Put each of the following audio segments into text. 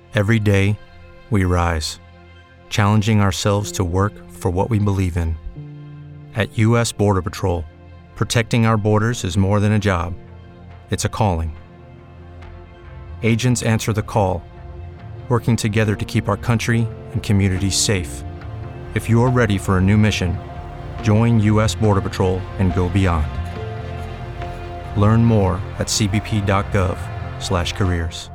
Every day, we rise, challenging ourselves to work for what we believe in. At U.S. Border Patrol, protecting our borders is more than a job. It's a calling. Agents answer the call, working together to keep our country and communities safe. If you're ready for a new mission, join U.S. Border Patrol and go beyond. Learn more at cbp.gov/careers.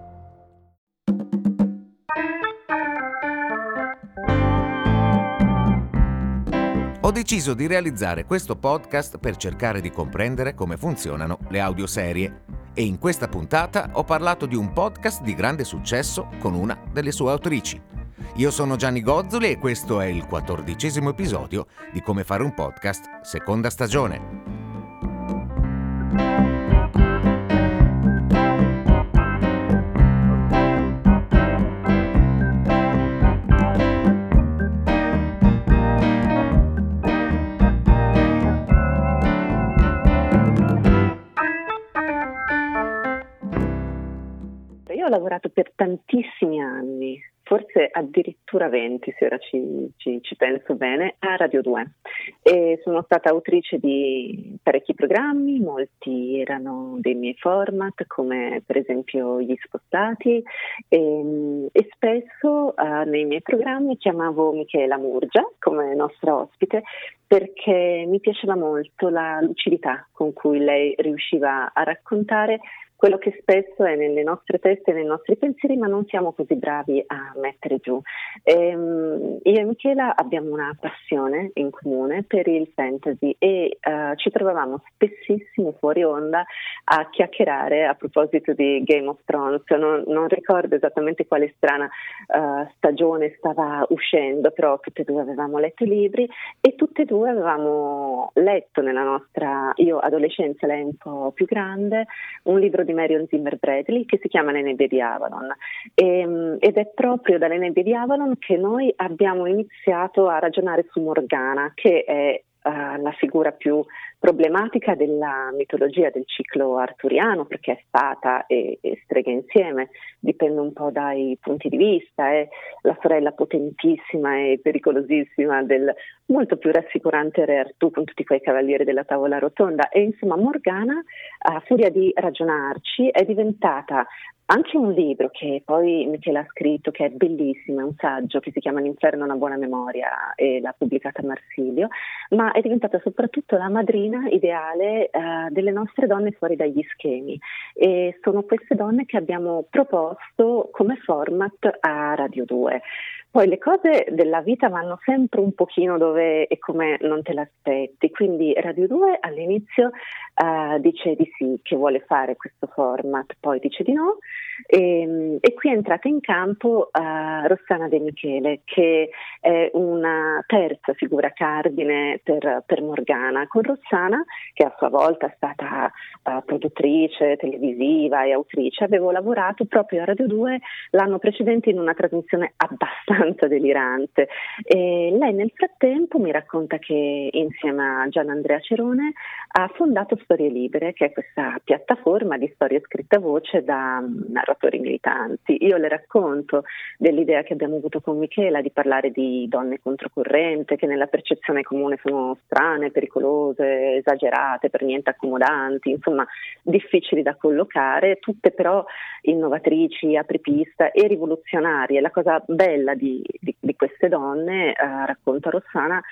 Ho deciso di realizzare questo podcast per cercare di comprendere come funzionano le audioserie e in questa puntata ho parlato di un podcast di grande successo con una delle sue autrici. Io sono Gianni Gozzoli e questo è il 14° episodio di Come fare un podcast, seconda stagione. Io ho lavorato per tantissimi anni, forse addirittura 20 se ora ci penso bene, a Radio 2 e sono stata autrice di parecchi programmi, molti erano dei miei format come per esempio Gli Spostati e spesso nei miei programmi chiamavo Michela Murgia come nostra ospite perché mi piaceva molto la lucidità con cui lei riusciva a raccontare quello che spesso è nelle nostre teste e nei nostri pensieri, ma non siamo così bravi a mettere giù. Io e Michela abbiamo una passione in comune per il fantasy e ci trovavamo spessissimo fuori onda a chiacchierare a proposito di Game of Thrones. Non ricordo esattamente quale strana stagione stava uscendo, però tutte e due avevamo letto i libri e tutte e due avevamo letto nella nostra, io adolescenza, lei un po' più grande, un libro di Marion Zimmer Bradley che si chiama Le nebbie di Avalon ed è proprio dalle nebbie di Avalon che noi abbiamo iniziato a ragionare su Morgana, che è la figura più problematica della mitologia del ciclo arturiano, perché è fata e strega insieme, dipende un po' dai punti di vista, è la sorella potentissima e pericolosissima del molto più rassicurante Re Artù con tutti quei cavalieri della tavola rotonda e insomma Morgana, a furia di ragionarci, è diventata anche un libro che poi Michela ha scritto, che è bellissimo, è un saggio che si chiama L'inferno una buona memoria e l'ha pubblicata a Marsilio, ma è diventata soprattutto la madrina ideale delle nostre donne fuori dagli schemi e sono queste donne che abbiamo proposto come format a Radio 2. Poi le cose della vita vanno sempre un pochino dove e come non te l'aspetti, quindi Radio 2 all'inizio dice di sì, che vuole fare questo format, poi dice di no e qui è entrata in campo Rossana De Michele, che è una terza figura cardine per Morgana. Con Rossana, che a sua volta è stata produttrice televisiva e autrice, avevo lavorato proprio a Radio 2 l'anno precedente in una trasmissione abbastanza delirante e lei nel frattempo mi racconta che insieme a Gianandrea Cerone ha fondato Storie Libere, che è questa piattaforma di storie scritte a voce da narratori militanti. Io le racconto dell'idea che abbiamo avuto con Michela di parlare di donne controcorrente che nella percezione comune sono strane, pericolose, esagerate, per niente accomodanti, insomma difficili da collocare, tutte però innovatrici, apripista e rivoluzionarie. La cosa bella di queste donne, racconta Rossana,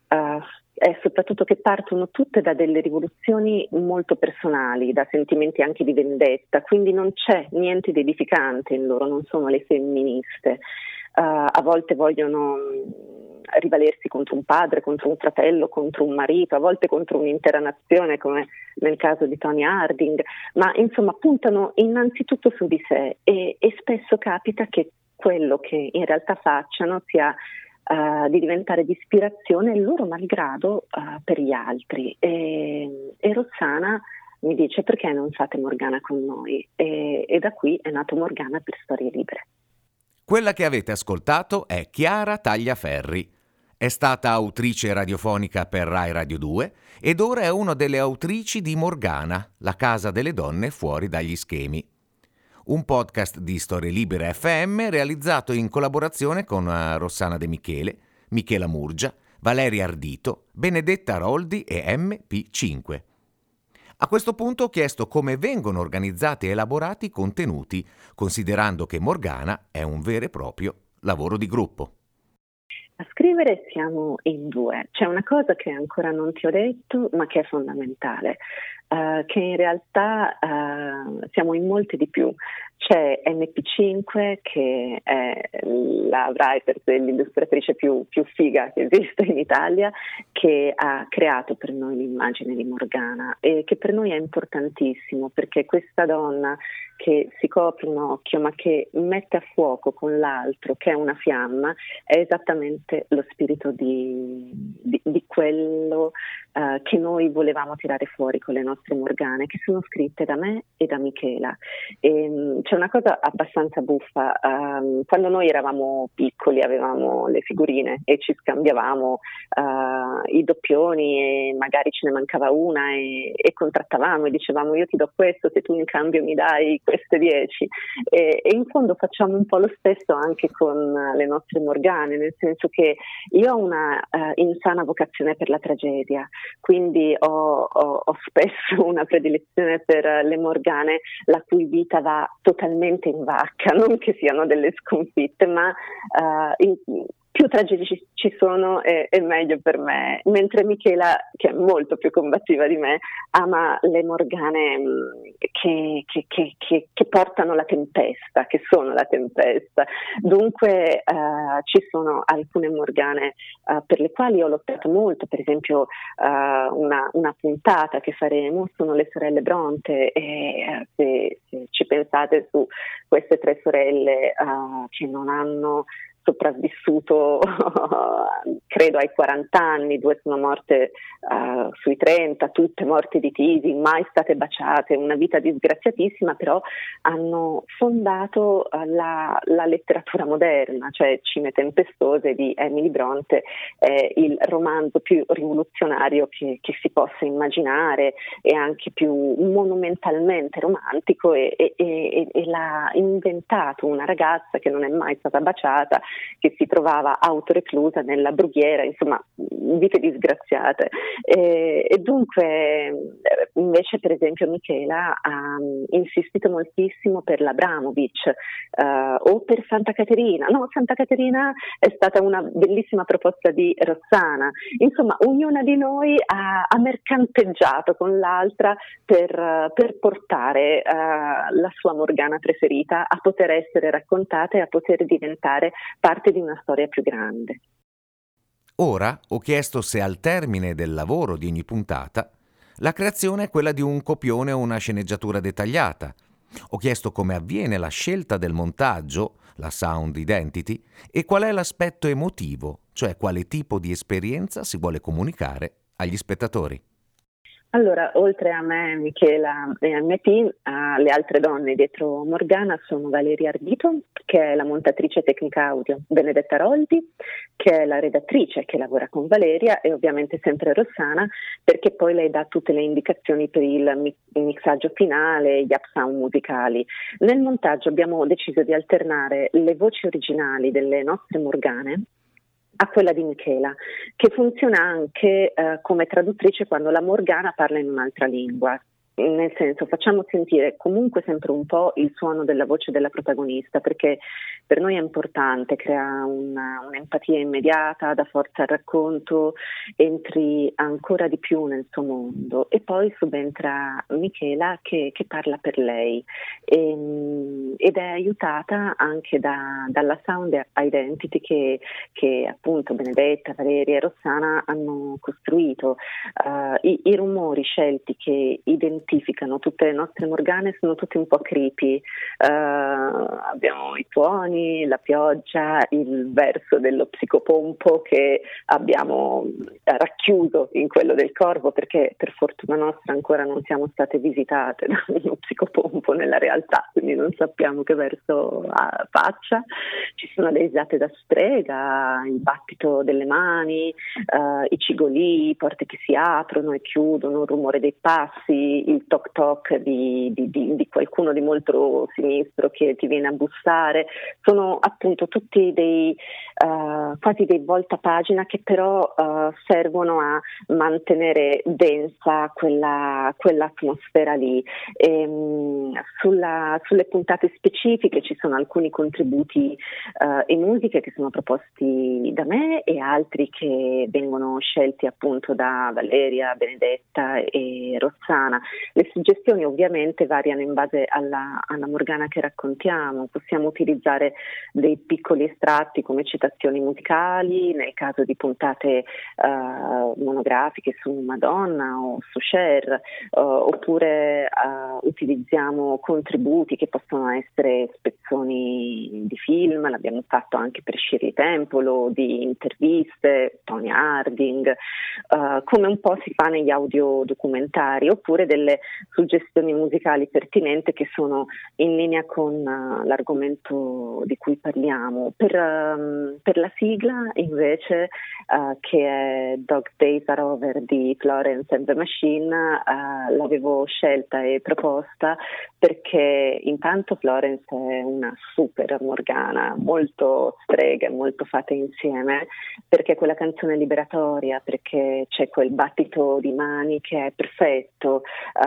è soprattutto che partono tutte da delle rivoluzioni molto personali, da sentimenti anche di vendetta, quindi non c'è niente di edificante in loro, non sono le femministe. A volte vogliono rivalersi contro un padre, contro un fratello, contro un marito, a volte contro un'intera nazione come nel caso di Tonya Harding, ma insomma puntano innanzitutto su di sé e spesso capita che quello che in realtà facciano sia di diventare di ispirazione loro malgrado per gli altri e Rossana mi dice perché non fate Morgana con noi e da qui è nato Morgana per Storie Libere. Quella che avete ascoltato è Chiara Tagliaferri. È stata autrice radiofonica per Rai Radio 2 ed ora è una delle autrici di Morgana, la casa delle donne fuori dagli schemi. un podcast di Storie Libere FM realizzato in collaborazione con Rossana De Michele, Michela Murgia, Valeria Ardito, Benedetta Aroldi e MP5. A questo punto ho chiesto come vengono organizzati e elaborati i contenuti, considerando che Morgana è un vero e proprio lavoro di gruppo. A scrivere siamo in due. C'è una cosa che ancora non ti ho detto, ma che è fondamentale, che in realtà siamo in molte di più. C'è MP5 che è la writer l'illustratrice più figa che esiste in Italia, che ha creato per noi l'immagine di Morgana e che per noi è importantissimo perché questa donna che si copre un occhio ma che mette a fuoco con l'altro, che è una fiamma, è esattamente lo spirito di quello che noi volevamo tirare fuori con le nostre Morgane, che sono scritte da me e da Michela. C'è una cosa abbastanza buffa, quando noi eravamo piccoli avevamo le figurine e ci scambiavamo i doppioni e magari ce ne mancava una e contrattavamo e dicevamo io ti do questo se tu in cambio mi dai queste 10 e in fondo facciamo un po' lo stesso anche con le nostre Morgane, nel senso che io ho una insana vocazione per la tragedia, quindi ho spesso una predilezione per le Morgane la cui vita va totalmente in vacca, non che siano delle sconfitte, ma più tragedie ci sono e meglio per me, mentre Michela, che è molto più combattiva di me, ama le Morgane che portano la tempesta, che sono la tempesta. Dunque ci sono alcune Morgane per le quali ho lottato molto, per esempio una puntata che faremo sono le sorelle Bronte e se ci pensate su queste 3 sorelle che non hanno sopravvissuto credo ai 40 anni, 2 sono morte sui 30, tutte morte di tisi, mai state baciate, una vita disgraziatissima, però hanno fondato la letteratura moderna, cioè Cime tempestose di Emily Bronte è il romanzo più rivoluzionario che si possa immaginare e anche più monumentalmente romantico e l'ha inventato una ragazza che non è mai stata baciata, che si trovava autoreclusa nella brughiera, insomma vite disgraziate e dunque invece per esempio Michela ha insistito moltissimo per l'Abramovic o per Santa Caterina. No, Santa Caterina è stata una bellissima proposta di Rossana, insomma ognuna di noi ha mercanteggiato con l'altra per portare la sua Morgana preferita a poter essere raccontata e a poter diventare parte di una storia più grande. Ora ho chiesto se al termine del lavoro di ogni puntata la creazione è quella di un copione o una sceneggiatura dettagliata. Ho chiesto come avviene la scelta del montaggio, la sound identity, e qual è l'aspetto emotivo, cioè quale tipo di esperienza si vuole comunicare agli spettatori. Allora, oltre a me, Michela e MP, le altre donne dietro Morgana sono Valeria Ardito, che è la montatrice tecnica audio, Benedetta Aroldi, che è la redattrice che lavora con Valeria e ovviamente sempre Rossana, perché poi lei dà tutte le indicazioni per il mixaggio finale, gli upsound musicali. Nel montaggio abbiamo deciso di alternare le voci originali delle nostre Morgane a quella di Michela, che funziona anche come traduttrice quando la Morgana parla in un'altra lingua. Nel senso, facciamo sentire comunque sempre un po' il suono della voce della protagonista, perché per noi è importante, crea un'empatia immediata, dà forza al racconto, entri ancora di più nel suo mondo e poi subentra Michela che parla per lei ed è aiutata anche dalla sound identity che appunto Benedetta, Valeria e Rossana hanno costruito. I rumori scelti che identificano tutte le nostre Morgane sono tutti un po' creepy, abbiamo i tuoni, la pioggia, il verso dello psicopompo che abbiamo racchiuso in quello del corvo perché per fortuna nostra ancora non siamo state visitate da uno psicopompo nella realtà, quindi non sappiamo che verso faccia ci sono le risate da strega, il battito delle mani, i cigolii, porte che si aprono e chiudono, il rumore dei passi, il toc toc di qualcuno di molto sinistro che ti viene a bussare. Sono appunto tutti quasi dei voltapagina che però servono a mantenere densa quell'atmosfera lì. Sulle puntate specifiche ci sono alcuni contributi e musiche che sono proposti da me e altri che vengono scelti appunto da Valeria, Benedetta e Rossana. Le suggestioni ovviamente variano in base alla Morgana che raccontiamo. Possiamo utilizzare dei piccoli estratti come citazioni musicali nel caso di puntate monografiche su Madonna o su Cher, oppure utilizziamo contributi che possono essere spezzoni di film, l'abbiamo fatto anche per Shirley Temple, o di interviste, Tonya Harding, come un po' si fa negli audiodocumentari, oppure delle suggestioni musicali pertinenti che sono in linea con l'argomento di cui parliamo. Per la sigla invece, che è Dog Days Are Over di Florence and the Machine, l'avevo scelta e proposta perché intanto Florence è una super Morgana, molto strega, molto fatta insieme, perché quella canzone liberatoria, perché c'è quel battito di mani che è perfetto,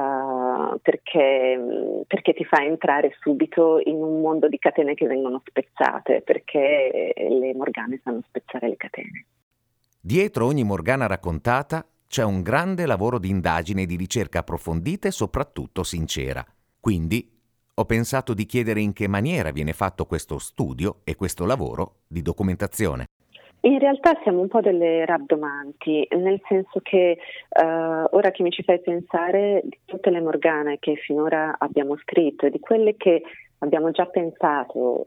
perché ti fa entrare subito in un mondo di catene che vengono spezzate, perché le Morgane sanno spezzare le catene. Dietro ogni Morgana raccontata c'è un grande lavoro di indagine e di ricerca approfondita e soprattutto sincera. Quindi ho pensato di chiedere in che maniera viene fatto questo studio e questo lavoro di documentazione. In realtà siamo un po' delle rabdomanti, nel senso che ora che mi ci fai pensare, di tutte le Morgane che finora abbiamo scritto e di quelle che abbiamo già pensato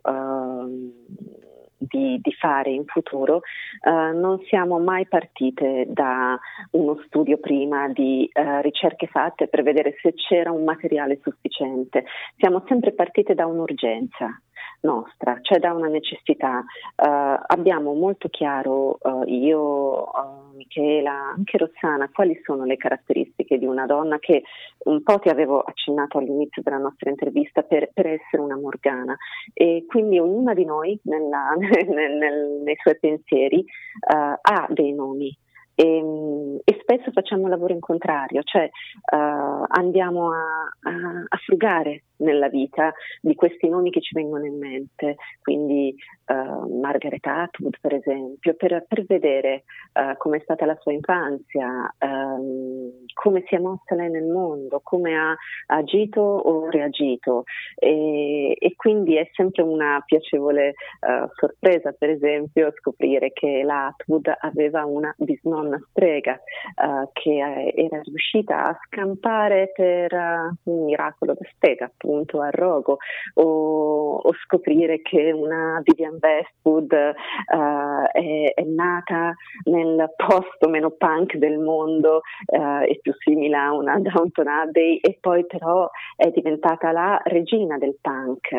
di fare in futuro, non siamo mai partite da uno studio prima di ricerche fatte per vedere se c'era un materiale sufficiente. Siamo sempre partite da un'urgenza nostra, cioè da una necessità. Abbiamo molto chiaro, io, Michela, anche Rossana, quali sono le caratteristiche di una donna che un po' ti avevo accennato all'inizio della nostra intervista per essere una Morgana, e quindi ognuna di noi nei suoi pensieri ha dei nomi. E spesso facciamo un lavoro in contrario, cioè andiamo a frugare nella vita di questi nomi che ci vengono in mente, quindi Margaret Atwood per esempio, per vedere come è stata la sua infanzia, come si è mossa lei nel mondo, come ha agito o reagito, e quindi è sempre una piacevole sorpresa per esempio scoprire che la Atwood aveva una bisnonna strega che era riuscita a scampare per un miracolo da strega appunto a Rogo, o scoprire che una Vivian Westwood è nata nel posto meno punk del mondo, è più simile a una Downton Abbey, e poi però è diventata la regina del punk.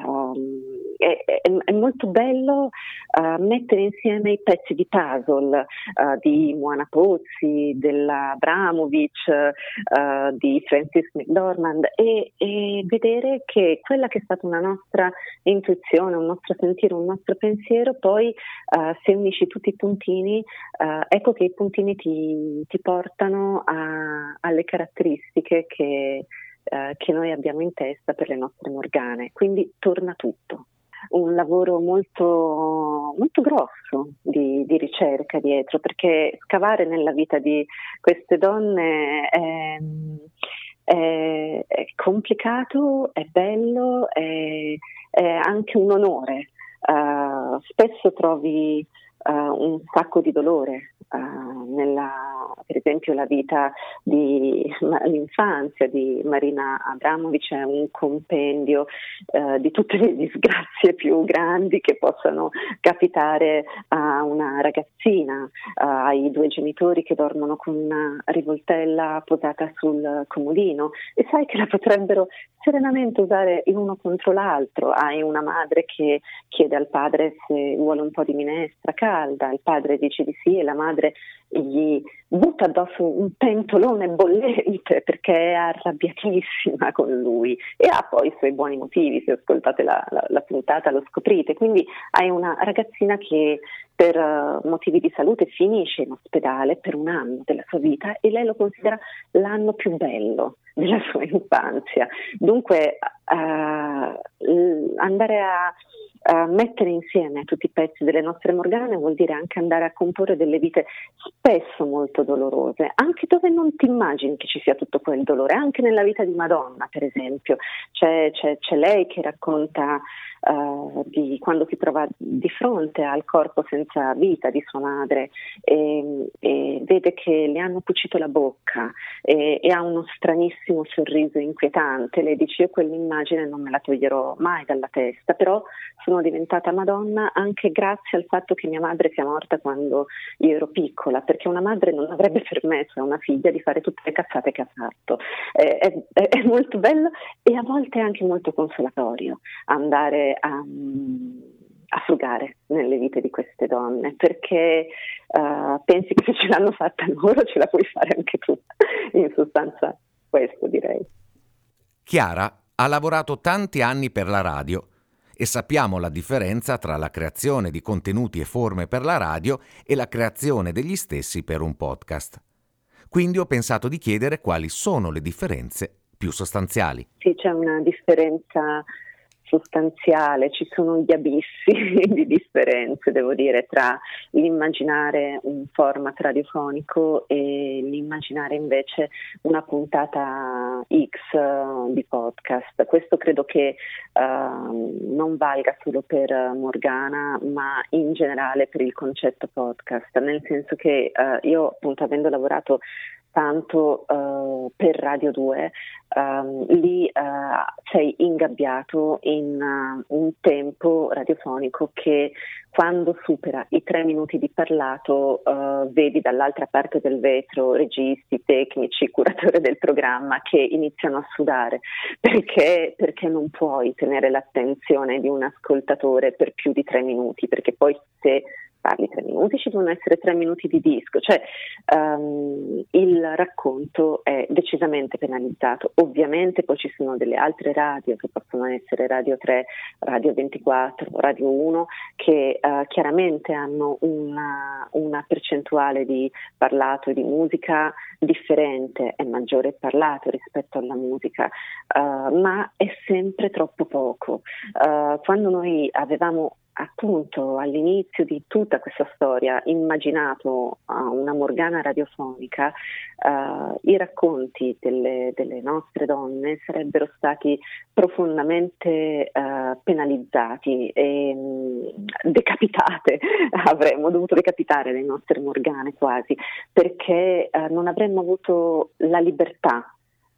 È molto bello mettere insieme i pezzi di puzzle di Moana Pozzi, della Abramovic, di Frances McDormand, e vedere che quella che è stata una nostra intuizione, un nostro sentire, un nostro pensiero, poi se unisci tutti i puntini, ecco che i puntini ti portano alle caratteristiche che noi abbiamo in testa per le nostre Morgane. Quindi torna tutto. Un lavoro molto, molto grosso di ricerca dietro, perché scavare nella vita di queste donne è complicato, è bello, è anche un onore. Spesso trovi un sacco di dolore per esempio la vita l'infanzia di Marina Abramovic è un compendio di tutte le disgrazie più grandi che possano capitare a una ragazzina, ai due genitori che dormono con una rivoltella posata sul comodino e sai che la potrebbero serenamente usare l'uno contro l'altro. Hai una madre che chiede al padre se vuole un po' di minestra calda, il padre dice di sì e la madre gli butta addosso un pentolone bollente perché è arrabbiatissima con lui e ha poi i suoi buoni motivi. Se ascoltate la puntata lo scoprite. Quindi hai una ragazzina che per motivi di salute finisce in ospedale per un anno della sua vita e lei lo considera l'anno più bello della sua infanzia. Dunque andare a mettere insieme tutti i pezzi delle nostre Morgane vuol dire anche andare a comporre delle vite spesso molto dolorose, anche dove non ti immagini che ci sia tutto quel dolore. Anche nella vita di Madonna, per esempio, c'è lei che racconta di quando si trova di fronte al corpo senza vita di sua madre e vede che le hanno cucito la bocca e ha uno stranissimo sorriso inquietante. Lei dice: io quell'immagine non me la toglierò mai dalla testa, però sono diventata Madonna anche grazie al fatto che mia madre sia morta quando io ero piccola, perché una madre non avrebbe permesso a una figlia di fare tutte le cazzate che ha fatto. È molto bello e a volte è anche molto consolatorio andare a frugare nelle vite di queste donne, perché pensi che se ce l'hanno fatta loro ce la puoi fare anche tu. In sostanza questo direi. Chiara ha lavorato tanti anni per la radio e sappiamo la differenza tra la creazione di contenuti e forme per la radio e la creazione degli stessi per un podcast. Quindi ho pensato di chiedere quali sono le differenze più sostanziali. Sì, c'è una differenza sostanziale, ci sono gli abissi di differenze, devo dire, tra l'immaginare un format radiofonico e l'immaginare invece una puntata X di podcast. Questo credo che non valga solo per Morgana, ma in generale per il concetto podcast, nel senso che io, appunto, avendo lavorato tanto per Radio 2, lì sei ingabbiato in un tempo radiofonico che quando supera i 3 minuti di parlato vedi dall'altra parte del vetro registi, tecnici, curatore del programma che iniziano a sudare perché non puoi tenere l'attenzione di un ascoltatore per più di 3 minuti, perché poi se parli 3 minuti ci devono essere 3 minuti di disco, cioè il racconto è decisamente penalizzato. Ovviamente poi ci sono delle altre radio che possono essere Radio 3, Radio 24, Radio 1 che chiaramente hanno una percentuale di parlato e di musica differente, è maggiore il parlato rispetto alla musica, ma è sempre troppo poco. Quando noi avevamo appunto all'inizio di tutta questa storia immaginato una Morgana radiofonica, i racconti delle nostre donne sarebbero stati profondamente penalizzati e decapitate, avremmo dovuto decapitare le nostre Morgane quasi, perché non avremmo avuto la libertà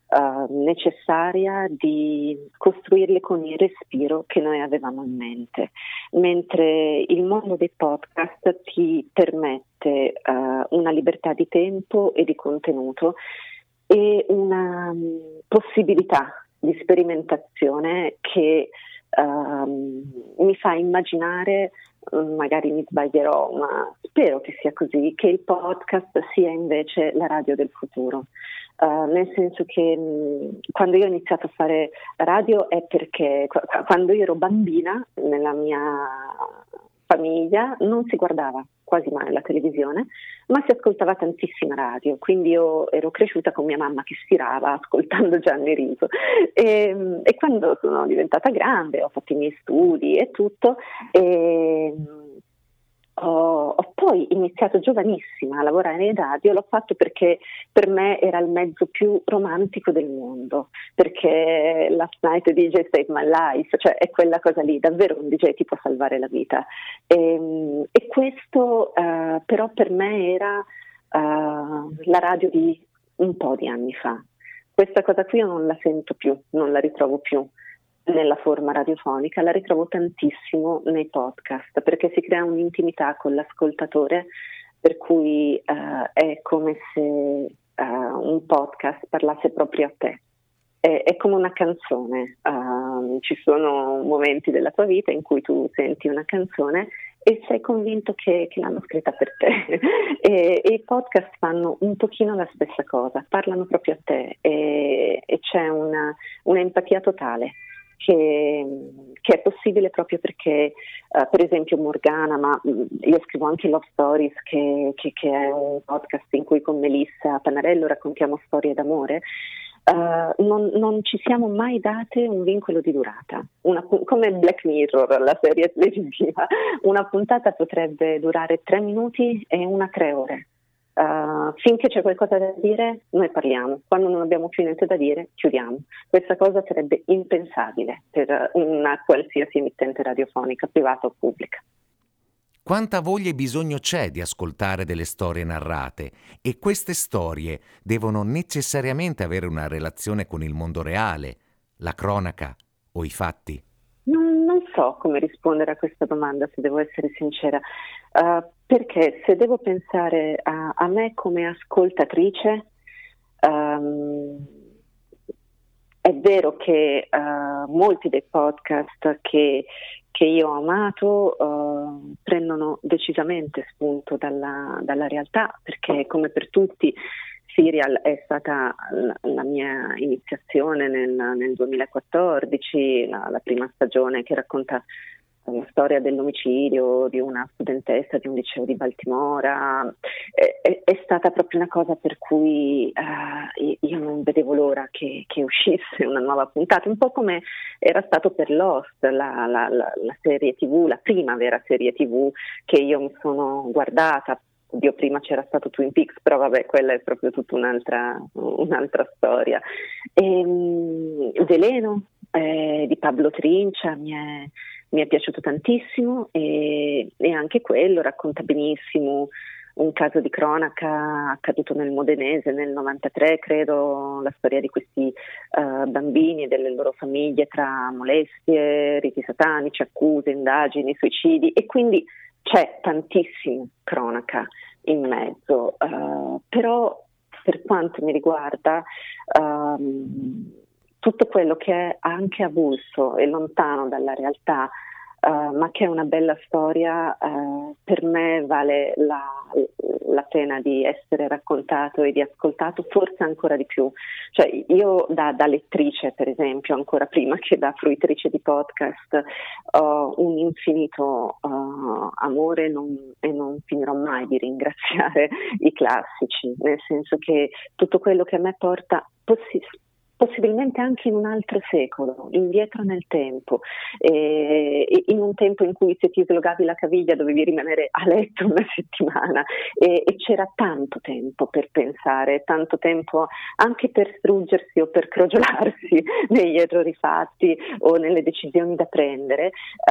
necessaria di costruirle con il respiro che noi avevamo in mente, mentre il mondo dei podcast ti permette una libertà di tempo e di contenuto e una possibilità di sperimentazione che mi fa immaginare, magari mi sbaglierò, ma spero che sia così, che il podcast sia invece la radio del futuro. Nel senso che quando io ho iniziato a fare radio è perché quando io ero bambina nella mia famiglia non si guardava quasi mai la televisione, ma si ascoltava tantissima radio, quindi io ero cresciuta con mia mamma che stirava ascoltando Gianni Riso e quando sono diventata grande ho fatto i miei studi e tutto e ho poi iniziato giovanissima a lavorare in radio. L'ho fatto perché per me era il mezzo più romantico del mondo, perché Last Night DJ Saved My Life, cioè è quella cosa lì, davvero un DJ ti può salvare la vita e questo però per me era la radio di un po' di anni fa. Questa cosa qui io non la sento più, non la ritrovo più nella forma radiofonica, la ritrovo tantissimo nei podcast, perché si crea un'intimità con l'ascoltatore, per cui è come se un podcast parlasse proprio a te. È come una canzone, ci sono momenti della tua vita in cui tu senti una canzone e sei convinto che l'hanno scritta per te. E i podcast fanno un pochino la stessa cosa, parlano proprio a te e c'è una empatia totale che è possibile proprio perché, per esempio Morgana, ma io scrivo anche Love Stories, che è un podcast in cui con Melissa Panarello raccontiamo storie d'amore. Non ci siamo mai date un vincolo di durata, come Black Mirror, la serie televisiva. Una puntata potrebbe durare 3 minuti e una 3 ore. Finché c'è qualcosa da dire, noi parliamo. Quando non abbiamo più niente da dire, chiudiamo. Questa cosa sarebbe impensabile per una qualsiasi emittente radiofonica, privata o pubblica. Quanta voglia e bisogno c'è di ascoltare delle storie narrate, e queste storie devono necessariamente avere una relazione con il mondo reale, la cronaca o i fatti? Non so come rispondere a questa domanda, se devo essere sincera, perché se devo pensare a me come ascoltatrice, è vero che molti dei podcast che io ho amato prendono decisamente spunto dalla realtà, perché come per tutti Serial è stata la mia iniziazione nel 2014, la prima stagione che racconta la storia dell'omicidio di una studentessa di un liceo di Baltimora. È stata proprio una cosa per cui io non vedevo l'ora che uscisse una nuova puntata, un po' come era stato per Lost, la serie TV, la prima vera serie TV che io mi sono guardata. Prima c'era stato Twin Peaks, però vabbè, quella è proprio tutta un'altra storia. Veleno di Pablo Trincia mi è piaciuto tantissimo e anche quello racconta benissimo un caso di cronaca accaduto nel Modenese nel 93, credo, la storia di questi bambini e delle loro famiglie tra molestie, riti satanici, accuse, indagini, suicidi, e quindi c'è tantissima cronaca in mezzo, però per quanto mi riguarda tutto quello che è anche avulso e lontano dalla realtà, ma che è una bella storia, per me vale la pena di essere raccontato e di ascoltato, forse ancora di più. Cioè, io da lettrice, per esempio, ancora prima che da fruitrice di podcast, ho un infinito amore e non finirò mai di ringraziare i classici, nel senso che tutto quello che a me porta possibilmente anche in un altro secolo, indietro nel tempo, in un tempo in cui se ti slogavi la caviglia dovevi rimanere a letto una settimana e c'era tanto tempo per pensare, tanto tempo anche per struggersi o per crogiolarsi negli errori fatti o nelle decisioni da prendere.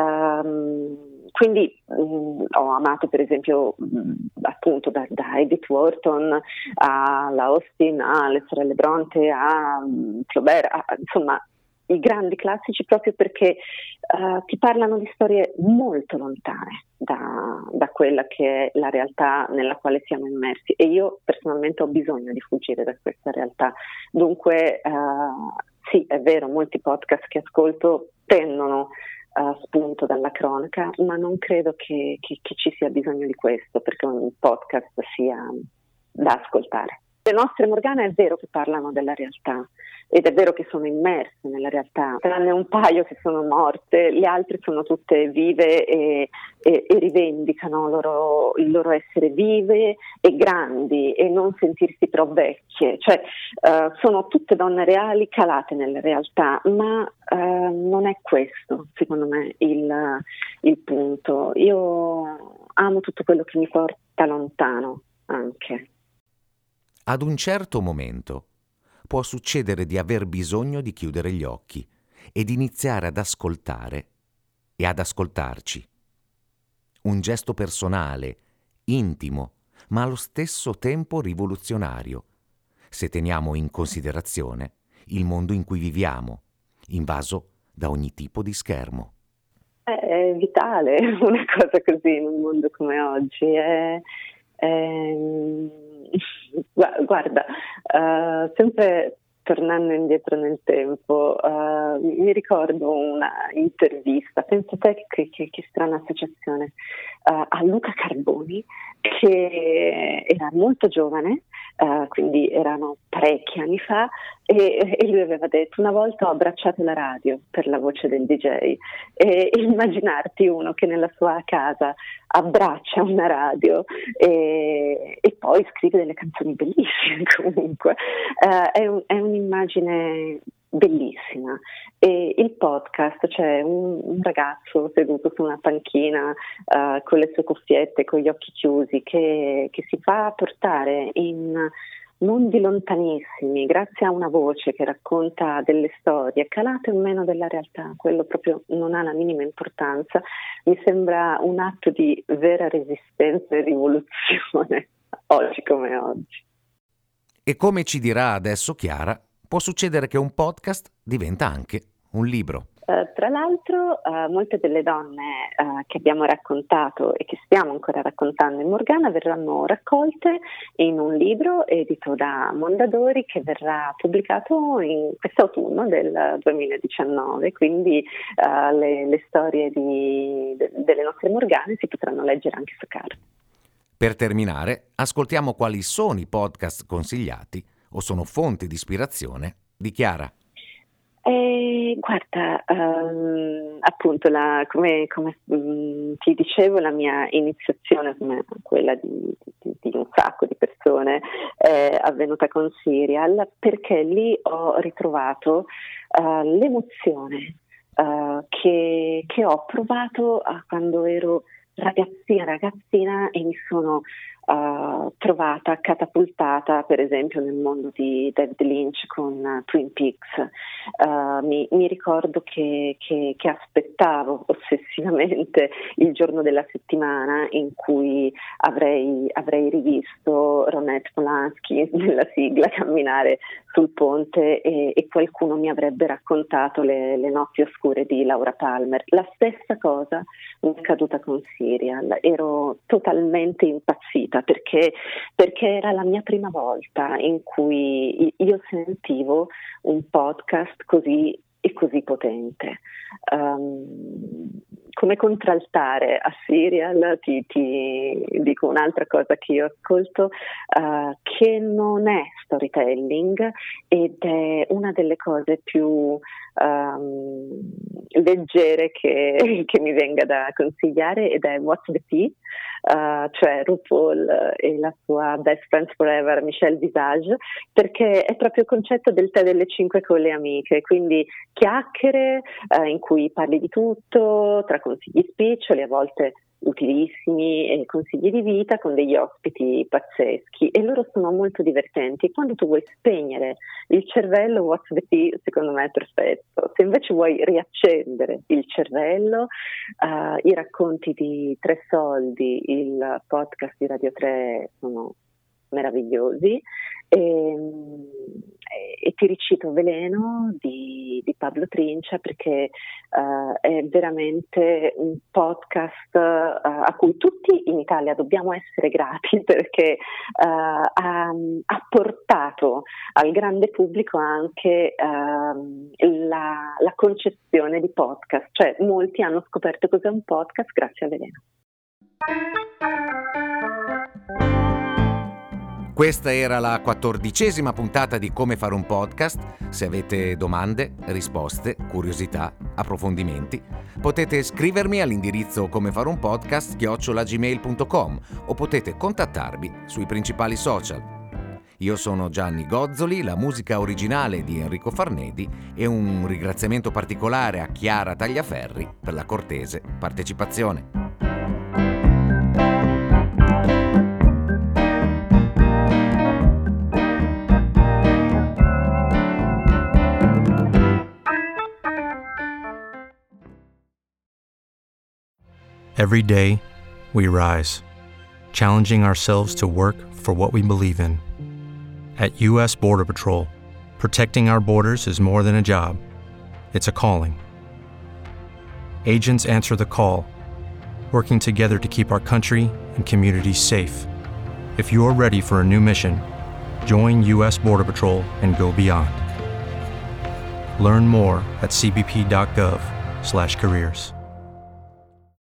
Quindi ho amato per esempio appunto da Edith Wharton alla Austen, alle sorelle Bronte, a Flaubert, insomma i grandi classici, proprio perché ti parlano di storie molto lontane da quella che è la realtà nella quale siamo immersi, e io personalmente ho bisogno di fuggire da questa realtà. Dunque sì, è vero, molti podcast che ascolto prendono spunto dalla cronaca, ma non credo che ci sia bisogno di questo, perché un podcast sia da ascoltare. Le nostre Morgana è vero che parlano della realtà ed è vero che sono immerse nella realtà, tranne un paio che sono morte, le altre sono tutte vive e rivendicano il loro essere vive e grandi e non sentirsi però vecchie, cioè sono tutte donne reali calate nella realtà, ma non è questo secondo me il punto. Io amo tutto quello che mi porta lontano anche. Ad un certo momento può succedere di aver bisogno di chiudere gli occhi ed iniziare ad ascoltare e ad ascoltarci. Un gesto personale, intimo, ma allo stesso tempo rivoluzionario, se teniamo in considerazione il mondo in cui viviamo, invaso da ogni tipo di schermo. È vitale una cosa così in un mondo come oggi. Guarda, sempre tornando indietro nel tempo, mi ricordo una intervista, penso te che strana associazione, a Luca Carboni, che era molto giovane, quindi erano parecchi anni fa, e lui aveva detto: una volta ho abbracciato la radio per la voce del DJ, e immaginarti uno che nella sua casa abbraccia una radio e poi scrive delle canzoni bellissime comunque, è un'immagine bellissima. E il podcast, cioè un ragazzo seduto su una panchina con le sue cuffiette, con gli occhi chiusi, che si fa portare in mondi lontanissimi grazie a una voce che racconta delle storie calate o meno della realtà, quello proprio non ha la minima importanza. Mi sembra un atto di vera resistenza e rivoluzione oggi come oggi. E come ci dirà adesso Chiara, può succedere che un podcast diventa anche un libro. Tra l'altro, molte delle donne che abbiamo raccontato e che stiamo ancora raccontando in Morgana verranno raccolte in un libro edito da Mondadori che verrà pubblicato in quest'autunno del 2019, quindi le storie delle nostre Morgane si potranno leggere anche su carta. Per terminare, ascoltiamo quali sono i podcast consigliati o sono fonti di ispirazione di Chiara. Guarda, appunto, come ti dicevo, la mia iniziazione, come quella di un sacco di persone, è avvenuta con Serial, perché lì ho ritrovato l'emozione che ho provato quando ero ragazzina e mi sono trovata catapultata per esempio nel mondo di David Lynch con Twin Peaks. Mi ricordo che aspettavo ossessivamente il giorno della settimana in cui avrei rivisto Ronette Polanski nella sigla camminare sul ponte e qualcuno mi avrebbe raccontato le notti oscure di Laura Palmer. La stessa cosa mi è accaduta con Serial. Ero totalmente impazzita perché era la mia prima volta in cui io sentivo un podcast così potente. Come contraltare a Serial ti dico un'altra cosa che io ascolto, che non è storytelling ed è una delle cose più leggere che mi venga da consigliare, ed è What's the Tea, cioè RuPaul e la sua best friend forever Michelle Visage, perché è proprio il concetto del tè delle 5 con le amiche, quindi chiacchiere in cui parli di tutto, tra consigli spiccioli, a volte utilissimi, e consigli di vita con degli ospiti pazzeschi, e loro sono molto divertenti. Quando tu vuoi spegnere il cervello, What's the Tea secondo me è perfetto. Se invece vuoi riaccendere il cervello, i racconti di Tre Soldi, il podcast di Radio 3, sono meravigliosi, e ti ricito Veleno di Pablo Trincia, perché è veramente un podcast a cui tutti in Italia dobbiamo essere grati, perché ha portato al grande pubblico anche la concezione di podcast, cioè molti hanno scoperto cos'è un podcast grazie a Veleno. Questa era la 14ª puntata di Come fare un podcast. Se avete domande, risposte, curiosità, approfondimenti, potete scrivermi all'indirizzo comefareunpodcast@gmail.com o potete contattarmi sui principali social. Io sono Gianni Gozzoli, la musica originale di Enrico Farnedi, e un ringraziamento particolare a Chiara Tagliaferri per la cortese partecipazione. Every day, we rise, challenging ourselves to work for what we believe in. At U.S. Border Patrol, protecting our borders is more than a job. It's a calling. Agents answer the call, working together to keep our country and communities safe. If you're ready for a new mission, join U.S. Border Patrol and go beyond. Learn more at cbp.gov/careers.